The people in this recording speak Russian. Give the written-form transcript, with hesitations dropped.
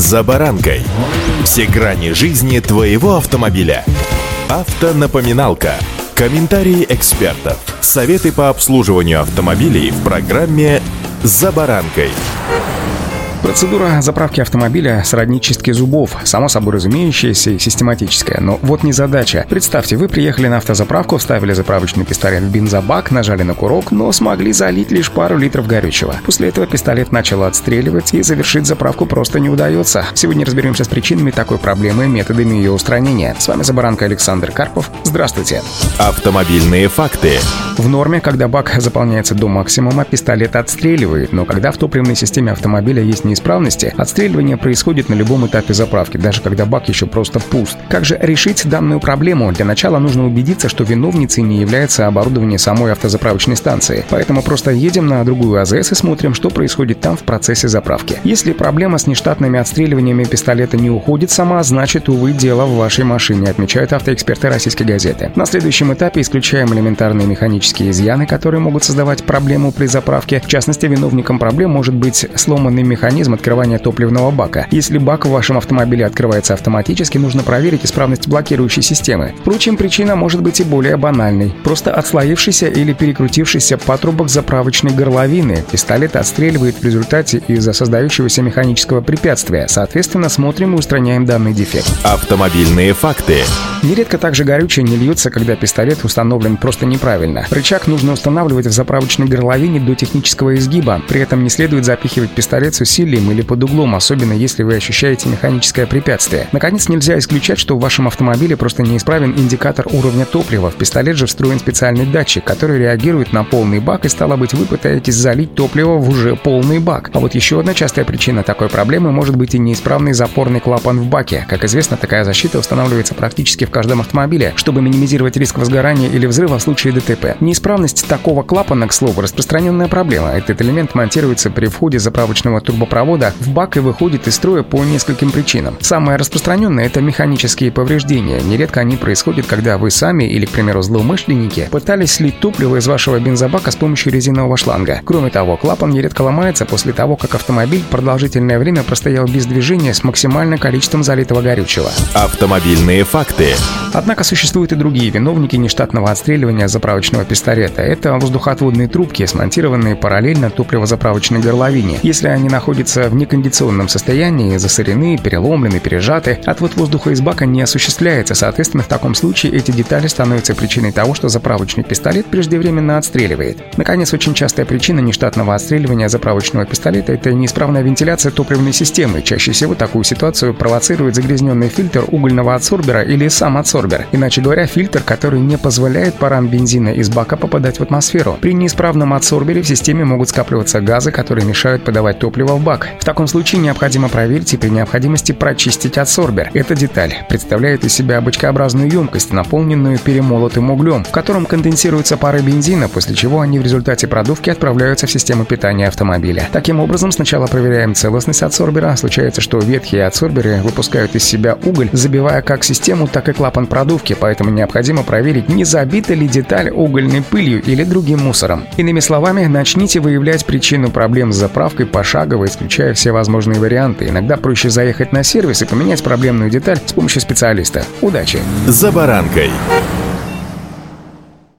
«За баранкой». Все грани жизни твоего автомобиля. Автонапоминалка. Комментарии экспертов. Советы по обслуживанию автомобилей в программе «За баранкой». Процедура заправки автомобиля сродни чистке зубов, само собой разумеющаяся и систематическая, но вот незадача. Представьте, вы приехали на автозаправку, вставили заправочный пистолет в бензобак, нажали на курок, но смогли залить лишь пару литров горючего. После этого пистолет начал отстреливать, и завершить заправку просто не удается. Сегодня разберемся с причинами такой проблемы и методами ее устранения. С вами «За баранкой» Александр Карпов. Здравствуйте. Автомобильные факты. В норме, когда бак заполняется до максимума, пистолет отстреливает, но когда в топливной системе автомобиля есть неисправности, отстреливание происходит на любом этапе заправки, даже когда бак еще просто пуст. Как же решить данную проблему? Для начала нужно убедиться, что виновницей не является оборудование самой автозаправочной станции. Поэтому просто едем на другую АЗС и смотрим, что происходит там в процессе заправки. Если проблема с нештатными отстреливаниями пистолета не уходит сама, значит, увы, дело в вашей машине, отмечают автоэксперты «Российской газеты». На следующем этапе исключаем элементарные механические изъяны, которые могут создавать проблему при заправке. В частности, виновником проблем может быть сломанный механизм открывания топливного бака. Если бак в вашем автомобиле открывается автоматически, нужно проверить исправность блокирующей системы. Впрочем, причина может быть и более банальной. Просто отслоившийся или перекрутившийся патрубок заправочной горловины. Пистолет отстреливает в результате из-за создающегося механического препятствия. Соответственно, смотрим и устраняем данный дефект. Автомобильные факты. Нередко также горючее не льется, когда пистолет установлен просто неправильно. Рычаг нужно устанавливать в заправочной горловине до технического изгиба. При этом не следует запихивать пистолет с усилием или под углом, особенно если вы ощущаете механическое препятствие. Наконец, нельзя исключать, что в вашем автомобиле просто неисправен индикатор уровня топлива. В пистолет же встроен специальный датчик, который реагирует на полный бак, и стало быть, вы пытаетесь залить топливо в уже полный бак. А вот еще одна частая причина такой проблемы может быть и неисправный запорный клапан в баке. Как известно, такая защита устанавливается практически в каждом автомобиле, чтобы минимизировать риск возгорания или взрыва в случае ДТП. Неисправность такого клапана, к слову, распространенная проблема. Этот элемент монтируется при входе заправочного турбопровода в бак и выходит из строя по нескольким причинам. Самое распространенное – это механические повреждения. Нередко они происходят, когда вы сами или, к примеру, злоумышленники пытались слить топливо из вашего бензобака с помощью резинового шланга. Кроме того, клапан нередко ломается после того, как автомобиль продолжительное время простоял без движения с максимальным количеством залитого горючего. Автомобильные факты. Однако существуют и другие виновники нештатного отстреливания заправочного пистолета. Это воздухоотводные трубки, смонтированные параллельно топливозаправочной горловине. Если они находятся в некондиционном состоянии, засорены, переломлены, пережаты, отвод воздуха из бака не осуществляется. Соответственно, в таком случае эти детали становятся причиной того, что заправочный пистолет преждевременно отстреливает. Наконец, очень частая причина нештатного отстреливания заправочного пистолета – это неисправная вентиляция топливной системы. Чаще всего такую ситуацию провоцирует загрязненный фильтр угольного адсорбера или сам адсорбер. Иначе говоря, фильтр, который не позволяет парам бензина из бака попадать в атмосферу. При неисправном адсорбере в системе могут скапливаться газы, которые мешают подавать топливо в бак. В таком случае необходимо проверить и при необходимости прочистить адсорбер. Эта деталь представляет из себя бочкообразную емкость, наполненную перемолотым углем, в котором конденсируются пары бензина, после чего они в результате продувки отправляются в систему питания автомобиля. Таким образом, сначала проверяем целостность адсорбера. Случается, что ветхие адсорберы выпускают из себя уголь, забивая как систему, так и клапан продувки, поэтому необходимо проверить, не забита ли деталь угольной пылью или другим мусором. Иными словами, начните выявлять причину проблем с заправкой пошагово, исключая все возможные варианты. Иногда проще заехать на сервис и поменять проблемную деталь с помощью специалиста. Удачи! «За баранкой».